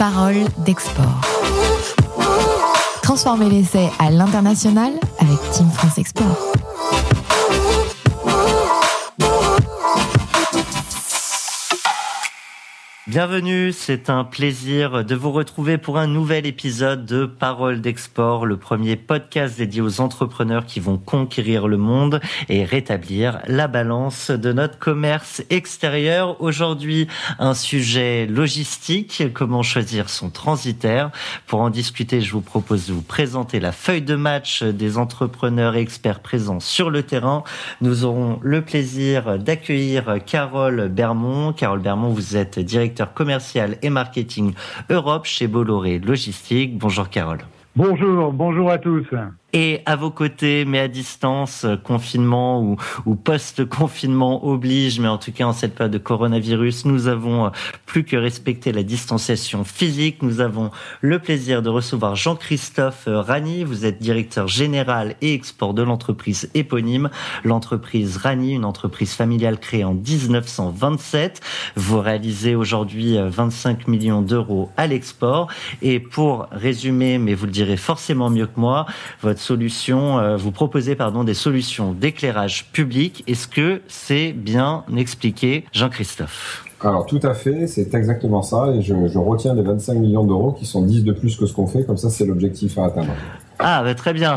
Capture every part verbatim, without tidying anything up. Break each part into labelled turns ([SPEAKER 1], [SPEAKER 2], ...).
[SPEAKER 1] Parole d'Export. Transformer l'essai à l'international avec Team France Export.
[SPEAKER 2] Bienvenue, c'est un plaisir de vous retrouver pour un nouvel épisode de Parole d'Export, le premier podcast dédié aux entrepreneurs qui vont conquérir le monde et rétablir la balance de notre commerce extérieur. Aujourd'hui, un sujet logistique, comment choisir son transitaire. Pour en discuter, je vous propose de vous présenter la feuille de match des entrepreneurs et experts présents sur le terrain. Nous aurons le plaisir d'accueillir Carole Bermond. Carole Bermond, vous êtes directeur commercial et marketing Europe chez Bolloré Logistique. Bonjour Carole.
[SPEAKER 3] Bonjour, bonjour à tous.
[SPEAKER 2] Et à vos côtés, mais à distance, confinement ou, ou post-confinement oblige, mais en tout cas en cette période de coronavirus, nous avons plus que respecté la distanciation physique. Nous avons le plaisir de recevoir Jean-Christophe Ragny. Vous êtes directeur général et export de l'entreprise éponyme, l'entreprise Ragny, une entreprise familiale créée en dix-neuf cent vingt-sept. Vous réalisez aujourd'hui vingt-cinq millions d'euros à l'export. Et pour résumer, mais vous le direz forcément mieux que moi, votre solution, euh, vous proposez pardon, des solutions d'éclairage public. Est-ce que c'est bien expliqué, Jean-Christophe ?
[SPEAKER 4] Alors tout à fait, c'est exactement ça, et je, je retiens les vingt-cinq millions d'euros qui sont dix de plus que ce qu'on fait, comme ça c'est l'objectif à atteindre.
[SPEAKER 2] Ah, bah, très bien.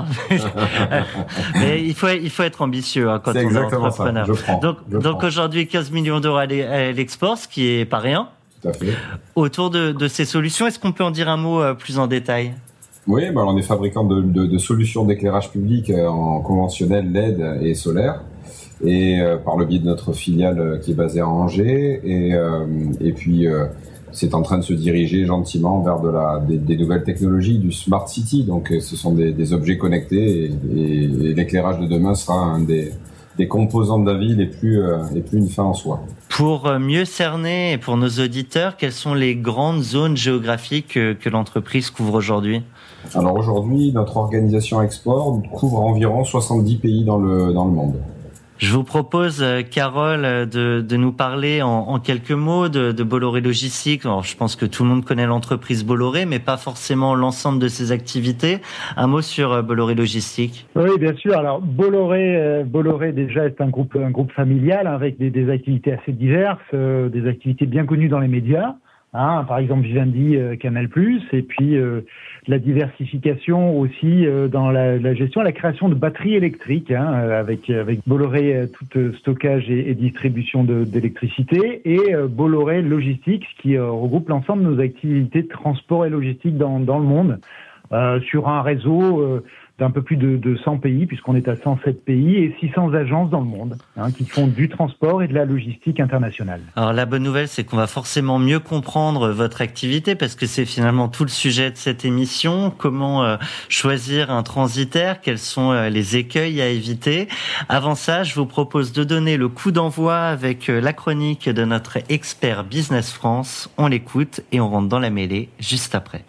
[SPEAKER 2] Mais il faut, il faut être ambitieux hein, quand
[SPEAKER 4] c'est
[SPEAKER 2] on est entrepreneur.
[SPEAKER 4] Ça. Je prends,
[SPEAKER 2] donc,
[SPEAKER 4] je
[SPEAKER 2] donc
[SPEAKER 4] prends.
[SPEAKER 2] Aujourd'hui, quinze millions d'euros à l'export, ce qui est pas rien.
[SPEAKER 4] Tout à fait.
[SPEAKER 2] Autour de, de ces solutions, est-ce qu'on peut en dire un mot plus en détail ?
[SPEAKER 4] Oui, bah, on est fabricant de, de, de solutions d'éclairage public en conventionnel L E D et solaire, et euh, par le biais de notre filiale euh, qui est basée à Angers, et, euh, et puis euh, c'est en train de se diriger gentiment vers de la, des, des nouvelles technologies du Smart City, donc euh, ce sont des, des objets connectés, et, et, et l'éclairage de demain sera un des, des composants de la ville et plus, euh, et plus une fin en soi.
[SPEAKER 2] Pour mieux cerner, et pour nos auditeurs, quelles sont les grandes zones géographiques que, que l'entreprise couvre aujourd'hui ?
[SPEAKER 4] Alors aujourd'hui, notre organisation export couvre environ soixante-dix pays dans le, dans le monde.
[SPEAKER 2] Je vous propose, Carole, de, de nous parler en, en quelques mots de, de Bolloré Logistique. Alors, je pense que tout le monde connaît l'entreprise Bolloré, mais pas forcément l'ensemble de ses activités. Un mot sur Bolloré Logistique.
[SPEAKER 3] Oui, bien sûr. Alors, Bolloré, euh, Bolloré déjà est un groupe, un groupe familial avec des, des activités assez diverses, euh, des activités bien connues dans les médias. Hein, par exemple, Vivendi, euh, Canal+, et puis euh, la diversification aussi euh, dans la, la gestion, la création de batteries électriques, hein, avec avec Bolloré euh, tout euh, stockage et, et distribution de, d'électricité, et euh, Bolloré Logistics qui euh, regroupe l'ensemble de nos activités de transport et logistique dans dans le monde, euh, sur un réseau euh, d'un peu plus de, de cent pays, puisqu'on est à cent sept pays et six cents agences dans le monde, hein, qui font du transport et de la logistique internationale.
[SPEAKER 2] Alors la bonne nouvelle, c'est qu'on va forcément mieux comprendre votre activité, parce que c'est finalement tout le sujet de cette émission. Comment euh, choisir un transitaire ? Quels sont euh, les écueils à éviter ? Avant ça, je vous propose de donner le coup d'envoi avec euh, la chronique de notre expert Business France. On l'écoute et on rentre dans la mêlée juste après.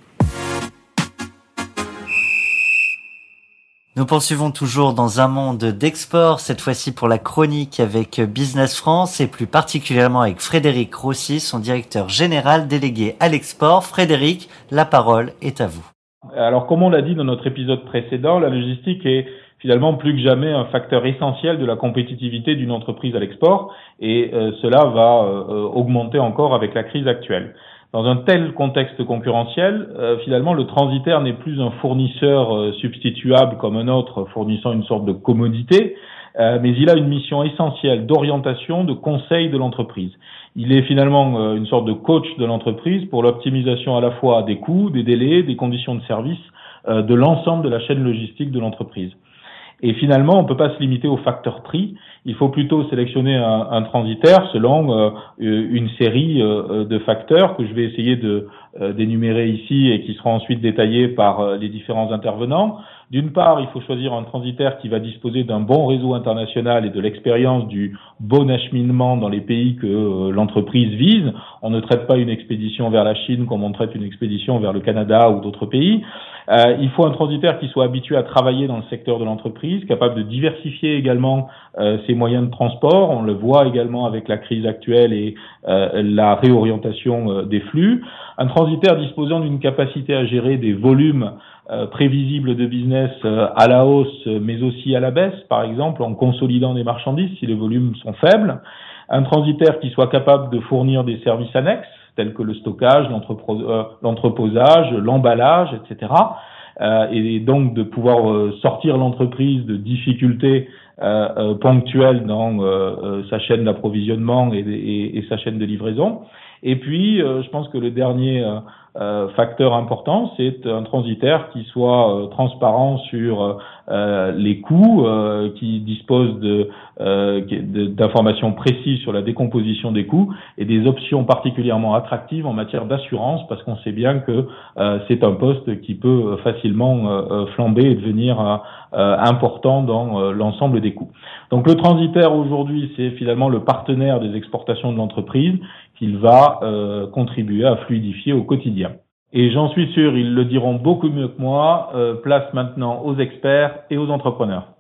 [SPEAKER 2] Nous poursuivons toujours dans un monde d'export, cette fois-ci pour la chronique avec Business France et plus particulièrement avec Frédéric Rossi, son directeur général délégué à l'export. Frédéric, la parole est à vous.
[SPEAKER 5] Alors, comme on l'a dit dans notre épisode précédent, la logistique est finalement plus que jamais un facteur essentiel de la compétitivité d'une entreprise à l'export, et euh, cela va euh, augmenter encore avec la crise actuelle. Dans un tel contexte concurrentiel, euh, finalement, le transitaire n'est plus un fournisseur euh, substituable comme un autre fournissant une sorte de commodité, euh, mais il a une mission essentielle d'orientation, de conseil de l'entreprise. Il est finalement euh, une sorte de coach de l'entreprise pour l'optimisation à la fois des coûts, des délais, des conditions de service, euh, de l'ensemble de la chaîne logistique de l'entreprise. Et finalement, on ne peut pas se limiter au facteur prix. Il faut plutôt sélectionner un, un transitaire selon euh, une série euh, de facteurs que je vais essayer de euh, d'énumérer ici et qui seront ensuite détaillés par euh, les différents intervenants. D'une part, il faut choisir un transitaire qui va disposer d'un bon réseau international et de l'expérience du bon acheminement dans les pays que euh, l'entreprise vise. On ne traite pas une expédition vers la Chine comme on traite une expédition vers le Canada ou d'autres pays. Euh, il faut un transitaire qui soit habitué à travailler dans le secteur de l'entreprise, capable de diversifier également euh, ses moyens de transport. On le voit également avec la crise actuelle et euh, la réorientation euh, des flux. Un transitaire disposant d'une capacité à gérer des volumes euh, prévisibles de business euh, à la hausse, mais aussi à la baisse, par exemple, en consolidant des marchandises si les volumes sont faibles. Un transitaire qui soit capable de fournir des services annexes, tels que le stockage, l'entreposage, l'emballage, et cetera. Euh, et donc de pouvoir euh, sortir l'entreprise de difficultés euh, euh, ponctuelles dans euh, euh, sa chaîne d'approvisionnement et, et, et sa chaîne de livraison. Et puis, euh, je pense que le dernier euh, euh, facteur important, c'est un transitaire qui soit euh, transparent sur euh, les coûts, euh, qui dispose de, euh, de, d'informations précises sur la décomposition des coûts et des options particulièrement attractives en matière d'assurance, parce qu'on sait bien que euh, c'est un poste qui peut facilement euh, flamber et devenir euh, important dans euh, l'ensemble des coûts. Donc le transitaire aujourd'hui, c'est finalement le partenaire des exportations de l'entreprise qu'il va euh, contribuer à fluidifier au quotidien. Et j'en suis sûr, ils le diront beaucoup mieux que moi, euh, place maintenant aux experts et aux entrepreneurs.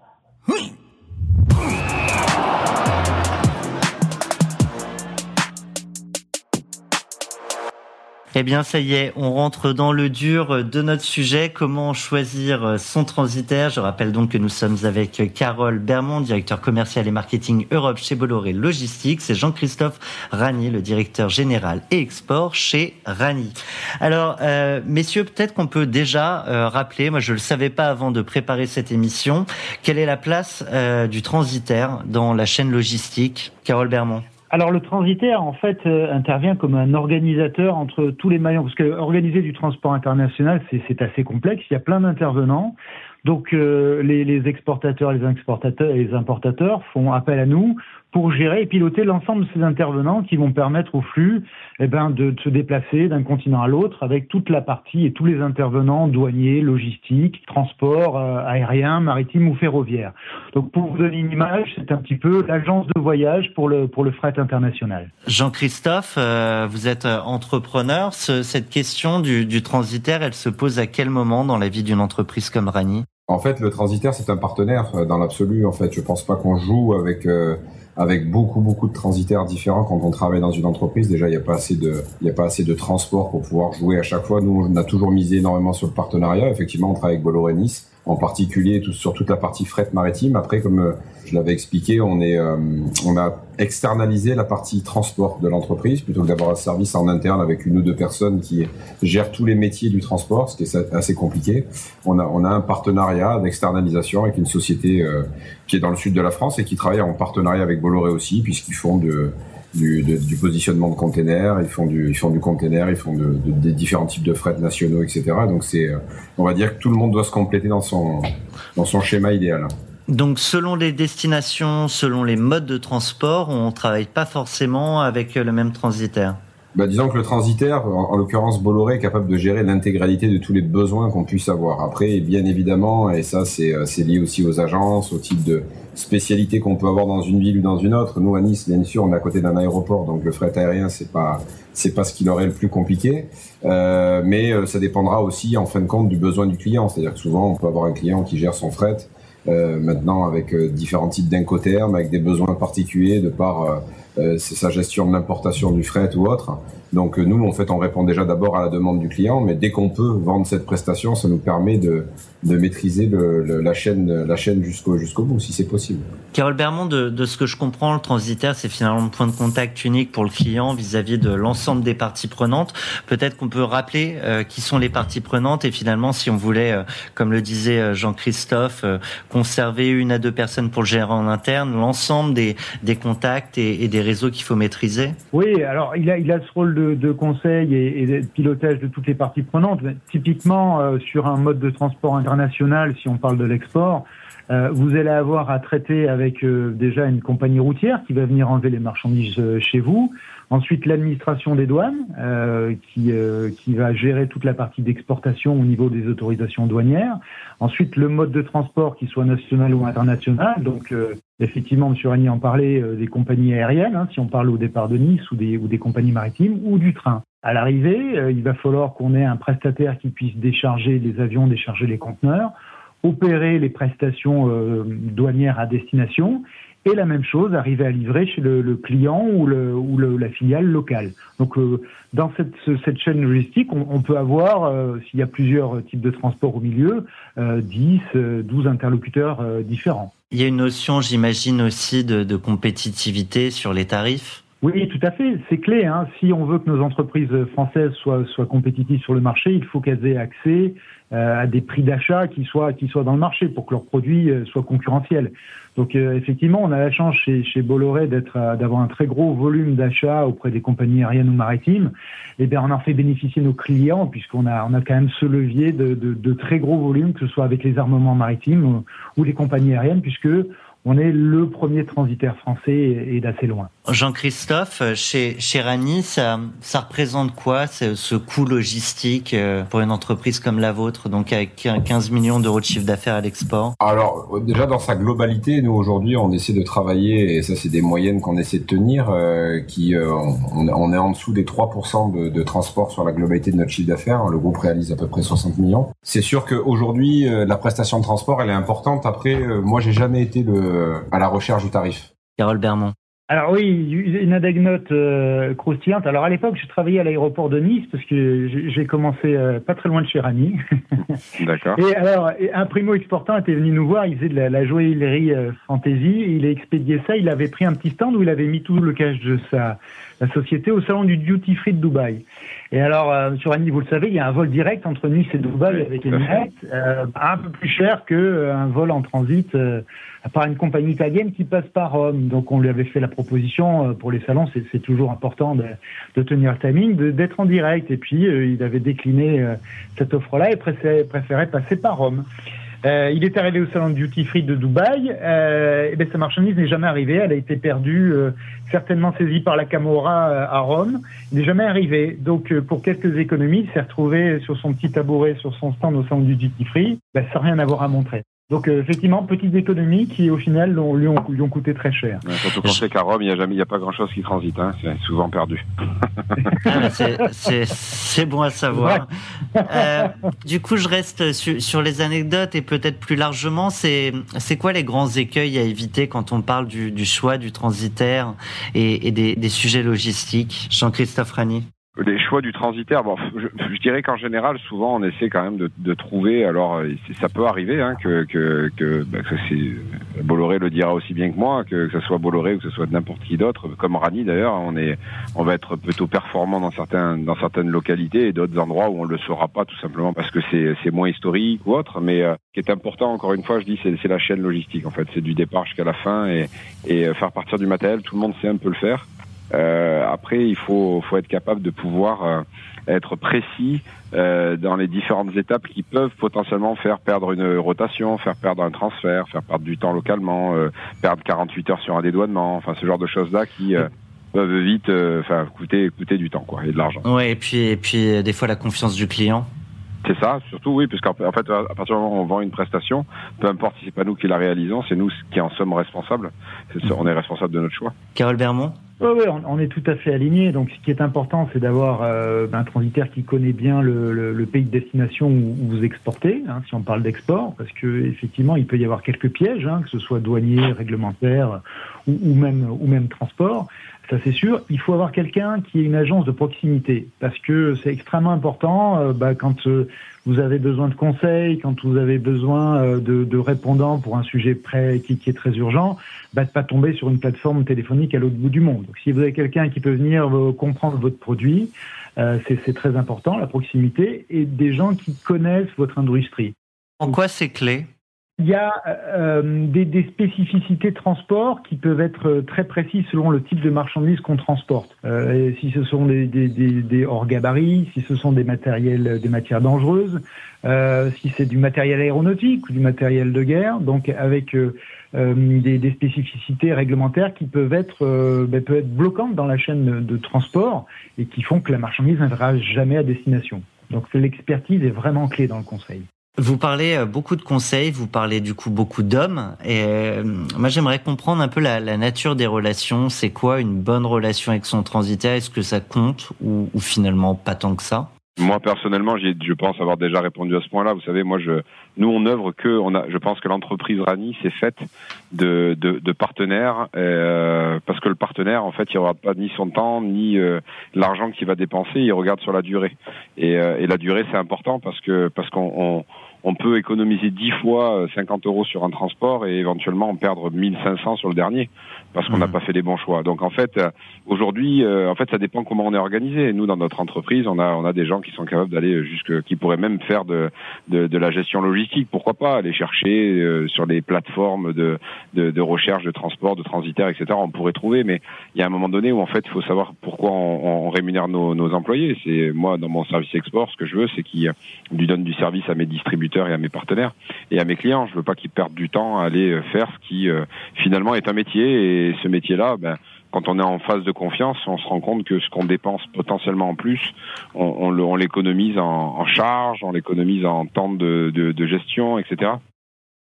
[SPEAKER 2] Eh bien, ça y est, on rentre dans le dur de notre sujet. Comment choisir son transitaire? Je rappelle donc que nous sommes avec Carole Bermond, directeur commercial et marketing Europe chez Bolloré Logistics, et Jean-Christophe Ragny, le directeur général et export chez Ragny. Alors, euh, messieurs, peut-être qu'on peut déjà euh, rappeler, moi je le savais pas avant de préparer cette émission, quelle est la place euh, du transitaire dans la chaîne logistique? Carole Bermond.
[SPEAKER 3] Alors le transitaire, en fait, euh, intervient comme un organisateur entre tous les maillons, parce que organiser du transport international, c'est, c'est assez complexe, il y a plein d'intervenants. Donc euh, les, les exportateurs, les exportateurs et les importateurs font appel à nous pour gérer et piloter l'ensemble de ces intervenants qui vont permettre au flux eh ben, de, de se déplacer d'un continent à l'autre avec toute la partie et tous les intervenants douaniers, logistiques, transport euh, aérien, maritime ou ferroviaire. Donc pour vous donner une image, c'est un petit peu l'agence de voyage pour le, pour le fret international.
[SPEAKER 2] Jean-Christophe, euh, vous êtes entrepreneur. Ce, cette question du, du transitaire, elle se pose à quel moment dans la vie d'une entreprise comme Ragny?
[SPEAKER 4] En fait, le transitaire, c'est un partenaire dans l'absolu. En fait, je pense pas qu'on joue avec euh, avec beaucoup beaucoup de transitaires différents quand on travaille dans une entreprise. Déjà, il y a pas assez de il y a pas assez de transport pour pouvoir jouer à chaque fois. Nous, on a toujours misé énormément sur le partenariat. Effectivement, on travaille avec Bolloré Nice, en particulier tout, sur toute la partie fret maritime. Après, comme euh, je l'avais expliqué, on est euh, on a externalisé la partie transport de l'entreprise plutôt que d'avoir un service en interne avec une ou deux personnes qui gèrent tous les métiers du transport, ce qui est assez compliqué. On a on a un partenariat d'externalisation avec une société euh, qui est dans le sud de la France et qui travaille en partenariat avec Bolloré aussi, puisqu'ils font de Du, de, du positionnement de containers, ils font du, ils font du container, ils font de, de, des différents types de fret nationaux, et cetera. Donc c'est, on va dire que tout le monde doit se compléter dans son, dans son schéma idéal.
[SPEAKER 2] Donc selon les destinations, selon les modes de transport, on travaille pas forcément avec le même transitaire.
[SPEAKER 4] Bah, disons que le transitaire, en, en l'occurrence Bolloré, est capable de gérer l'intégralité de tous les besoins qu'on puisse avoir. Après, bien évidemment, et ça c'est, c'est lié aussi aux agences, au type de spécialité qu'on peut avoir dans une ville ou dans une autre. Nous à Nice, bien sûr, on est à côté d'un aéroport, donc le fret aérien c'est pas c'est pas ce qui leur est le plus compliqué. Euh, mais euh, ça dépendra aussi en fin de compte du besoin du client. C'est-à-dire que souvent on peut avoir un client qui gère son fret euh, maintenant avec euh, différents types d'incoterms, avec des besoins particuliers de par euh, Euh, c'est sa gestion de l'importation du fret ou autre. Donc euh, nous, en fait, on répond déjà d'abord à la demande du client, mais dès qu'on peut vendre cette prestation, ça nous permet de, de maîtriser le, le, la chaîne, la chaîne jusqu'au, jusqu'au bout, si c'est possible.
[SPEAKER 2] Carole Bermond, de, de ce que je comprends, le transitaire, c'est finalement le point de contact unique pour le client vis-à-vis de l'ensemble des parties prenantes. Peut-être qu'on peut rappeler euh, qui sont les parties prenantes et finalement, si on voulait, euh, comme le disait Jean-Christophe, euh, conserver une à deux personnes pour le gérer en interne, l'ensemble des, des contacts et, et des réseaux qu'il faut maîtriser.
[SPEAKER 3] Oui, alors il a, il a ce rôle de, de conseil et, et de pilotage de toutes les parties prenantes. Mais typiquement, euh, sur un mode de transport international, si on parle de l'export, euh, vous allez avoir à traiter avec euh, déjà une compagnie routière qui va venir enlever les marchandises euh, chez vous. Ensuite, l'administration des douanes, euh, qui, euh, qui va gérer toute la partie d'exportation au niveau des autorisations douanières. Ensuite, le mode de transport, qu'il soit national ou international. Donc, euh, effectivement, M. Ragny en parlait, euh, des compagnies aériennes, hein, si on parle au départ de Nice, ou des, ou des compagnies maritimes, ou du train. À l'arrivée, euh, il va falloir qu'on ait un prestataire qui puisse décharger les avions, décharger les conteneurs, opérer les prestations euh, douanières à destination, et la même chose, arriver à livrer chez le, le client ou, le, ou le, la filiale locale. Donc, euh, dans cette, cette chaîne logistique, on, on peut avoir, euh, s'il y a plusieurs types de transports au milieu, euh, dix, douze interlocuteurs euh, différents.
[SPEAKER 2] Il y a une notion, j'imagine, aussi de, de compétitivité sur les tarifs.
[SPEAKER 3] Oui, tout à fait. C'est clé. Hein. Si on veut que nos entreprises françaises soient, soient compétitives sur le marché, il faut qu'elles aient accès euh, à des prix d'achat qui soient, qui soient dans le marché pour que leurs produits euh, soient concurrentiels. Donc, euh, effectivement, on a la chance chez, chez Bolloré d'être, euh, d'avoir un très gros volume d'achats auprès des compagnies aériennes ou maritimes. Et bien, on en fait bénéficier nos clients puisqu'on a, on a quand même ce levier de, de, de très gros volumes, que ce soit avec les armements maritimes ou, ou les compagnies aériennes, puisque on est le premier transitaire français et d'assez loin.
[SPEAKER 2] Jean-Christophe, chez, chez Ragny, ça, ça représente quoi, ce, ce coût logistique pour une entreprise comme la vôtre, donc avec quinze millions d'euros de chiffre d'affaires à l'export?
[SPEAKER 4] Alors, déjà, dans sa globalité, nous, aujourd'hui, on essaie de travailler, et ça, c'est des moyennes qu'on essaie de tenir, euh, qui, euh, on, on est en dessous des trois pour cent de, de transport sur la globalité de notre chiffre d'affaires. Le groupe réalise à peu près soixante millions. C'est sûr qu'aujourd'hui, euh, la prestation de transport, elle est importante. Après, euh, moi, j'ai jamais été le, à la recherche du tarif.
[SPEAKER 2] Carole Bermond.
[SPEAKER 3] Alors oui, une anecdote euh, croustillante. Alors à l'époque, je travaillais à l'aéroport de Nice parce que j'ai commencé euh, pas très loin de chez Ragny.
[SPEAKER 4] D'accord.
[SPEAKER 3] Et alors, un primo-exportant était venu nous voir, il faisait de la, la joaillerie euh, fantaisie, il a expédié ça, il avait pris un petit stand où il avait mis tout le cash de sa la société au salon du duty free de Dubaï. Et alors, euh, sur Ragny, vous le savez, il y a un vol direct entre Nice et Dubaï oui, avec Emirates, euh, un peu plus cher qu'un euh, vol en transit euh, par une compagnie italienne qui passe par Rome. Donc, on lui avait fait la proposition euh, pour les salons, c'est, c'est toujours important de, de tenir le timing, de, d'être en direct. Et puis, euh, il avait décliné euh, cette offre-là et préférait, préférait passer par Rome. Euh, il est arrivé au salon de duty free de Dubaï. Euh, et bien, sa marchandise n'est jamais arrivée. Elle a été perdue, euh, certainement saisie par la Camorra euh, à Rome. Il n'est jamais arrivé. Donc, euh, pour quelques économies, il s'est retrouvé sur son petit tabouret, sur son stand au salon du duty free, ben, sans rien avoir à montrer. Donc, euh, effectivement, petites économies qui, au final, lui ont, lui ont, lui ont coûté très cher.
[SPEAKER 6] Ouais, surtout qu'on sait qu'à Rome, il n'y a jamais, il n'y a pas grand-chose qui transite, hein. C'est souvent perdu.
[SPEAKER 2] Ah, c'est, c'est, c'est bon à savoir. Ouais. Euh, du coup, je reste sur, sur les anecdotes et peut-être plus largement, c'est, c'est quoi les grands écueils à éviter quand on parle du, du choix du transitaire et, et des, des sujets logistiques? Jean-Christophe Ragny.
[SPEAKER 6] Les choix du transitaire, bon, je, je dirais qu'en général, souvent, on essaie quand même de, de trouver. Alors, ça peut arriver hein, que que que, bah, que c'est Bolloré le dira aussi bien que moi, que, que ce soit Bolloré ou que ce soit n'importe qui d'autre, comme Ragny d'ailleurs, on est, on va être plutôt performant dans certains dans certaines localités et d'autres endroits où on le saura pas, tout simplement parce que c'est c'est moins historique ou autre. Mais euh, ce qui est important, encore une fois, je dis, c'est c'est la chaîne logistique. En fait, c'est du départ jusqu'à la fin et et faire partir du matériel. Tout le monde sait un peu le faire. Euh, après, il faut, faut être capable de pouvoir euh, être précis euh, dans les différentes étapes qui peuvent potentiellement faire perdre une rotation, faire perdre un transfert, faire perdre du temps localement, euh, perdre quarante-huit heures sur un dédouanement, enfin ce genre de choses-là qui euh, peuvent vite, enfin euh, coûter, coûter du temps quoi et de l'argent.
[SPEAKER 2] Ouais, et puis, et puis des fois la confiance du client.
[SPEAKER 6] C'est ça, surtout oui, puisqu'en en fait, à partir du moment où on vend une prestation, peu importe si c'est pas nous qui la réalisons, c'est nous qui en sommes responsables. C'est ça, on est responsable de notre choix.
[SPEAKER 2] Carole Bermond.
[SPEAKER 3] Oui, oui, on est tout à fait alignés. Donc, ce qui est important, c'est d'avoir euh, un transitaire qui connaît bien le, le, le pays de destination où, où vous exportez, hein, si on parle d'export, parce que effectivement, il peut y avoir quelques pièges, hein, que ce soit douanier, réglementaire ou, ou même ou même transport. Ça, c'est sûr. Il faut avoir quelqu'un qui est une agence de proximité, parce que c'est extrêmement important. Euh, bah, quand euh, vous avez besoin de conseils, quand vous avez besoin euh, de, de répondants pour un sujet prêt qui, qui est très urgent, bah, de pas tomber sur une plateforme téléphonique à l'autre bout du monde. Donc, si vous avez quelqu'un qui peut venir euh, comprendre votre produit, euh, c'est, c'est très important, la proximité, et des gens qui connaissent votre industrie.
[SPEAKER 2] En quoi c'est clé?
[SPEAKER 3] Il y a euh, des, des spécificités de transport qui peuvent être très précises selon le type de marchandises qu'on transporte. Euh, si ce sont des, des, des, des hors gabarits, si ce sont des matériels, des matières dangereuses, euh, si c'est du matériel aéronautique ou du matériel de guerre, donc avec euh, euh, des, des spécificités réglementaires qui peuvent être, euh, ben, peuvent être bloquantes dans la chaîne de, de transport et qui font que la marchandise n'arrivera jamais à destination. Donc l'expertise est vraiment clé dans le conseil.
[SPEAKER 2] Vous parlez beaucoup de conseils, vous parlez du coup beaucoup d'hommes. Et euh, moi, j'aimerais comprendre un peu la, la nature des relations. C'est quoi une bonne relation avec son transitaire? Est-ce que ça compte ou, ou finalement pas tant que ça?
[SPEAKER 6] Moi personnellement, j'y, je pense avoir déjà répondu à ce point-là. Vous savez, moi, je, nous, on œuvre que, on a, je pense que l'entreprise Rani s'est faite de, de, de partenaires, euh, parce que le partenaire, en fait, il ne regarde pas ni son temps ni euh, l'argent qu'il va dépenser. Il regarde sur la durée. Et, euh, et la durée, c'est important parce que parce qu'on on, on peut économiser dix fois cinquante euros sur un transport et éventuellement en perdre mille cinq cents sur le dernier parce qu'on n'a mmh. pas fait les bons choix. Donc en fait, aujourd'hui, euh, en fait, ça dépend comment on est organisé. Nous, dans notre entreprise, on a on a des gens qui sont capables d'aller jusque, qui pourraient même faire de de, de la gestion logistique. Pourquoi pas aller chercher euh, sur les plateformes de, de de recherche de transport, de transitaires, et cetera. On pourrait trouver, mais il y a un moment donné où en fait, il faut savoir pourquoi on, on rémunère nos, nos employés. C'est moi dans mon service export, ce que je veux, c'est qu'ils lui donnent du service à mes distributeurs et à mes partenaires et à mes clients. Je veux pas qu'ils perdent du temps à aller faire ce qui euh, finalement est un métier, et ce métier-là, ben, quand on est en phase de confiance, on se rend compte que ce qu'on dépense potentiellement en plus, on, on, on l'économise en, en charge, on l'économise en temps de, de, de gestion, et cetera.
[SPEAKER 2] Carole ?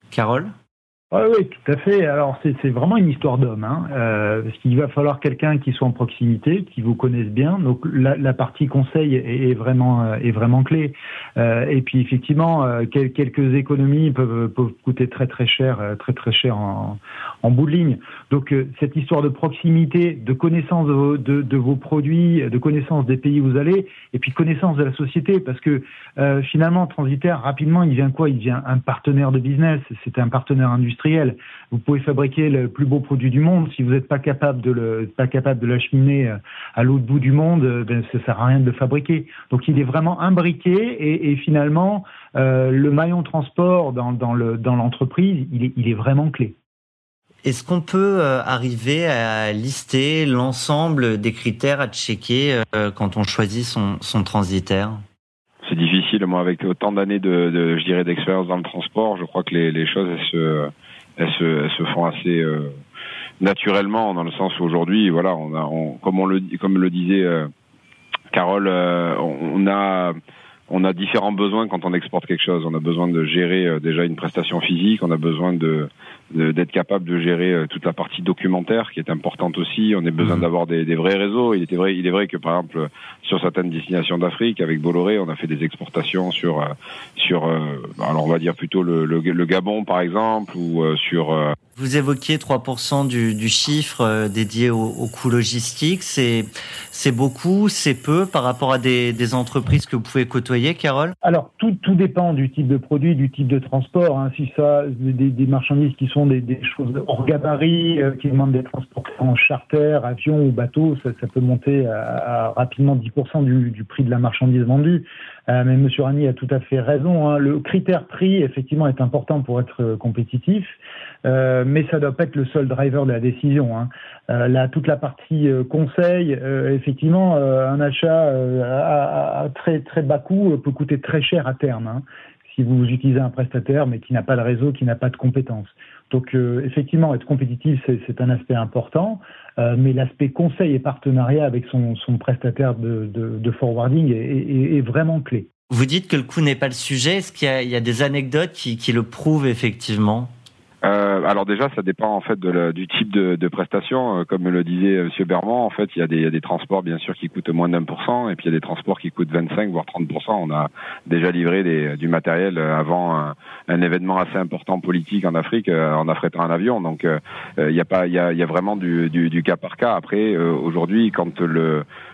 [SPEAKER 3] Ah oui, tout à fait. Alors, c'est, c'est vraiment une histoire d'homme, hein, euh, parce qu'il va falloir quelqu'un qui soit en proximité, qui vous connaisse bien. Donc, la, la partie conseil est, est vraiment est vraiment clé. Euh, et puis, effectivement, euh, quelques économies peuvent, peuvent coûter très très cher, très très cher en, en bout de ligne. Donc, euh, cette histoire de proximité, de connaissance de vos, de, de vos produits, de connaissance des pays où vous allez, et puis connaissance de la société, parce que euh, finalement, Transitaire, rapidement, il devient quoi ? Il devient un partenaire de business. C'est un partenaire industriel. Vous pouvez fabriquer le plus beau produit du monde, si vous n'êtes pas capable de le, pas capable de l'acheminer à l'autre bout du monde, ben, ça sert à rien de le fabriquer. Donc il est vraiment imbriqué et, et finalement euh, le maillon transport dans, dans, le, dans l'entreprise, il est, il est vraiment clé.
[SPEAKER 2] Est-ce qu'on peut euh, arriver à lister l'ensemble des critères à checker euh, quand on choisit son, son transitaire ?
[SPEAKER 6] C'est difficile, moi, avec autant d'années de, de, je dirais, d'expérience dans le transport, je crois que les, les choses, elles se, elles se, elles se font assez euh, naturellement, dans le sens où aujourd'hui, voilà, on a, on, comme on le, comme le disait euh, Carole, euh, on a, on a différents besoins quand on exporte quelque chose. On a besoin de gérer euh, déjà une prestation physique, on a besoin de, de d'être capable de gérer euh, toute la partie documentaire qui est importante aussi. On a besoin d'avoir des, des vrais réseaux. Il était vrai, il est vrai que par exemple sur certaines destinations d'Afrique, avec Bolloré, on a fait des exportations sur euh, sur euh, alors on va dire plutôt le, le, le Gabon par exemple, ou euh, sur euh,
[SPEAKER 2] Vous évoquiez trois pour cent du, du chiffre euh, dédié au, au coût logistique. C'est, c'est beaucoup, c'est peu par rapport à des, des entreprises que vous pouvez côtoyer, Carole ?
[SPEAKER 3] Alors, tout, tout dépend du type de produit, du type de transport. Hein. Si ça, des, des marchandises qui sont des, des choses hors gabarit, euh, qui demandent d'être transportées en charter, avion ou bateau, ça, ça peut monter à, à rapidement dix pour cent du, du prix de la marchandise vendue. Euh, mais M. Rani a tout à fait raison. Hein. Le critère prix, effectivement, est important pour être compétitif. Euh, mais ça ne doit pas être le seul driver de la décision. Hein. Euh, là, toute la partie euh, conseil, euh, effectivement, euh, un achat euh, à, à très très bas coût peut coûter très cher à terme. Hein, si vous utilisez un prestataire, mais qui n'a pas de réseau, qui n'a pas de compétences. Donc, euh, effectivement, être compétitif, c'est, c'est un aspect important. Euh, mais l'aspect conseil et partenariat avec son, son prestataire de, de, de forwarding est, est, est vraiment clé.
[SPEAKER 2] Vous dites que le coût n'est pas le sujet. Est-ce qu'il y a, il y a des anecdotes qui, qui le prouvent effectivement ?
[SPEAKER 6] Euh, alors déjà, ça dépend en fait de la, du type de, de prestation. Euh, comme le disait M. Bermond, en fait, il y a des, il y a des transports bien sûr qui coûtent moins d'un pour cent, et puis il y a des transports qui coûtent vingt-cinq voire trente pour cent. On a déjà livré des, du matériel avant un, un événement assez important politique en Afrique, euh, en affrétant un avion. Donc euh, il y a pas, il y a, il y a vraiment du, du, du cas par cas. Après, euh, aujourd'hui, quand le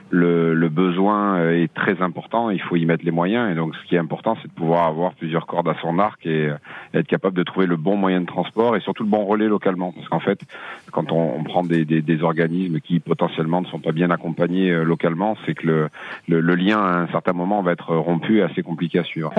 [SPEAKER 6] le, le besoin est très important, il faut y mettre les moyens. Et donc, ce qui est important, c'est de pouvoir avoir plusieurs cordes à son arc et être capable de trouver le bon moyen de transport et surtout le bon relais localement. Parce qu'en fait, quand on, on prend des, des, des organismes qui potentiellement ne sont pas bien accompagnés euh, localement, c'est que le, le, le lien à un certain moment va être rompu et assez compliqué à suivre.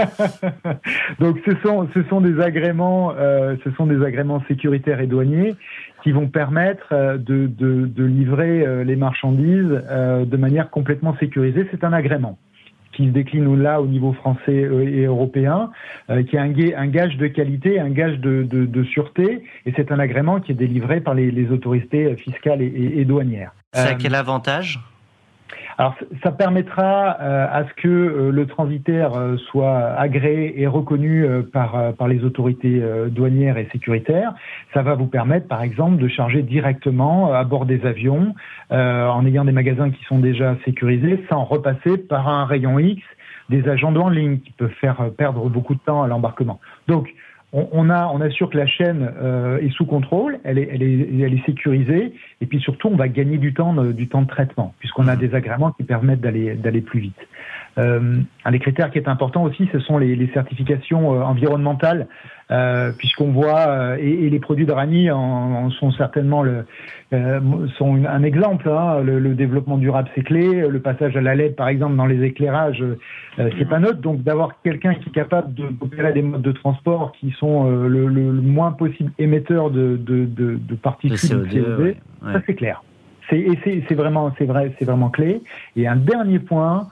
[SPEAKER 3] Donc, ce sont, ce sont des agréments, euh, ce sont des agréments sécuritaires et douaniers qui vont permettre euh, de, de, de livrer euh, les marchandises euh, de manière complètement sécurisée. C'est un agrément qui se décline là au niveau français et européen, euh, qui est un, ga- un gage de qualité, un gage de, de, de sûreté, et c'est un agrément qui est délivré par les, les autorités fiscales et, et, et douanières.
[SPEAKER 2] Ça a
[SPEAKER 3] Euh,
[SPEAKER 2] quel avantage ?
[SPEAKER 3] Alors, ça permettra euh, à ce que euh, le transitaire euh, soit agréé et reconnu euh, par, euh, par les autorités euh, douanières et sécuritaires. Ça va vous permettre, par exemple, de charger directement à bord des avions, euh, en ayant des magasins qui sont déjà sécurisés, sans repasser par un rayon X des agents douane ligne qui peuvent faire perdre beaucoup de temps à l'embarquement. Donc, on, on, a, on assure que la chaîne euh, est sous contrôle, elle est, elle, est, elle est sécurisée, et puis surtout, on va gagner du temps, du temps de traitement, puisqu'on a des agréments qui permettent d'aller, d'aller plus vite. Euh, un des critères qui est important aussi, ce sont les, les certifications euh, environnementales, euh, puisqu'on voit, euh, et, et les produits de Rani en, en sont certainement le, euh, sont une, un exemple. Hein, le, le développement durable, c'est clé. Le passage à la L E D, par exemple, dans les éclairages, euh, c'est pas neutre. Donc, d'avoir quelqu'un qui est capable de, d'opérer des modes de transport qui sont euh, le, le, le moins possible émetteurs de, de, de, de particules
[SPEAKER 2] de C O deux,
[SPEAKER 3] de C O deux,
[SPEAKER 2] ouais, ouais.
[SPEAKER 3] Ça c'est clair. C'est, et c'est, c'est vraiment, c'est vrai, c'est vraiment clé. Et un dernier point,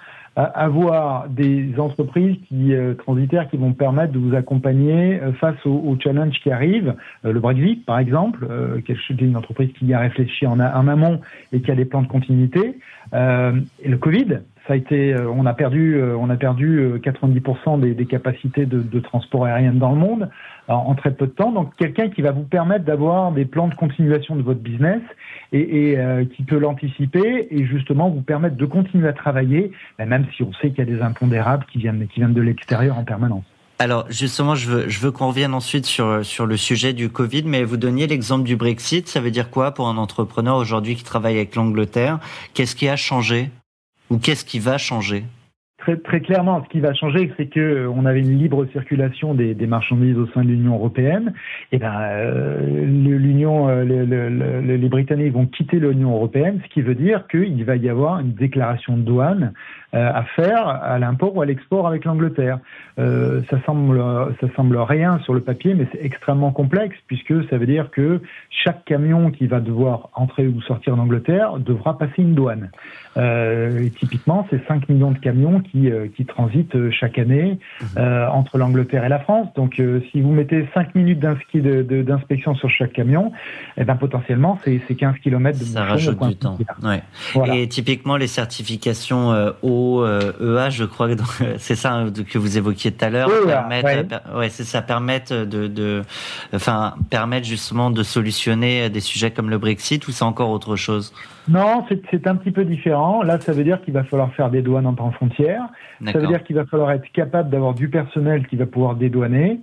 [SPEAKER 3] avoir des entreprises qui euh, transitaires qui vont permettre de vous accompagner euh, face aux, aux challenges qui arrivent. Euh, le Brexit, par exemple, euh, qui est une entreprise qui y a réfléchi en, a, en amont et qui a des plans de continuité. Euh, et le Covid, ça a été, euh, on a perdu, euh, on a perdu euh, quatre-vingt-dix pour cent des, des capacités de, de transport aérien dans le monde en, en très peu de temps. Donc, quelqu'un qui va vous permettre d'avoir des plans de continuation de votre business et, et euh, qui peut l'anticiper et justement vous permettre de continuer à travailler, même si on sait qu'il y a des impondérables qui viennent, qui viennent de l'extérieur en permanence.
[SPEAKER 2] Alors justement, je veux, je veux qu'on revienne ensuite sur, sur le sujet du Covid, mais vous donniez l'exemple du Brexit. Ça veut dire quoi pour un entrepreneur aujourd'hui qui travaille avec l'Angleterre ? Qu'est-ce qui a changé ? Ou qu'est-ce qui va changer ?
[SPEAKER 3] Très, très clairement, ce qui va changer, c'est que on avait une libre circulation des, des marchandises au sein de l'Union européenne. Et ben, euh, l'Union, euh, le, le, le, les Britanniques vont quitter l'Union européenne, ce qui veut dire qu'il va y avoir une déclaration de douane euh, à faire à l'import ou à l'export avec l'Angleterre. Euh, ça semble, ça semble rien sur le papier, mais c'est extrêmement complexe puisque ça veut dire que chaque camion qui va devoir entrer ou sortir d'Angleterre devra passer une douane. Euh, et typiquement, c'est cinq millions de camions qui, euh, qui transitent chaque année euh, entre l'Angleterre et la France. Donc, euh, si vous mettez cinq minutes d'inscrit de, de, d'inspection sur chaque camion, eh ben, potentiellement, c'est, c'est quinze kilomètres de
[SPEAKER 2] ça rajoute du temps. Ouais.
[SPEAKER 3] Voilà.
[SPEAKER 2] Et typiquement, les certifications euh, O, euh, E A, je crois que c'est ça hein, que vous évoquiez tout à l'heure,
[SPEAKER 3] E A,
[SPEAKER 2] permettent,
[SPEAKER 3] ouais.
[SPEAKER 2] per, ouais, c'est ça, permettent de, de, enfin, permettent justement de solutionner des sujets comme le Brexit, ou c'est encore autre chose ?
[SPEAKER 3] Non, c'est, c'est un petit peu différent. Là, ça veut dire qu'il va falloir faire des douanes en temps frontière.
[SPEAKER 2] D'accord.
[SPEAKER 3] Ça veut dire qu'il va falloir être capable d'avoir du personnel qui va pouvoir dédouaner.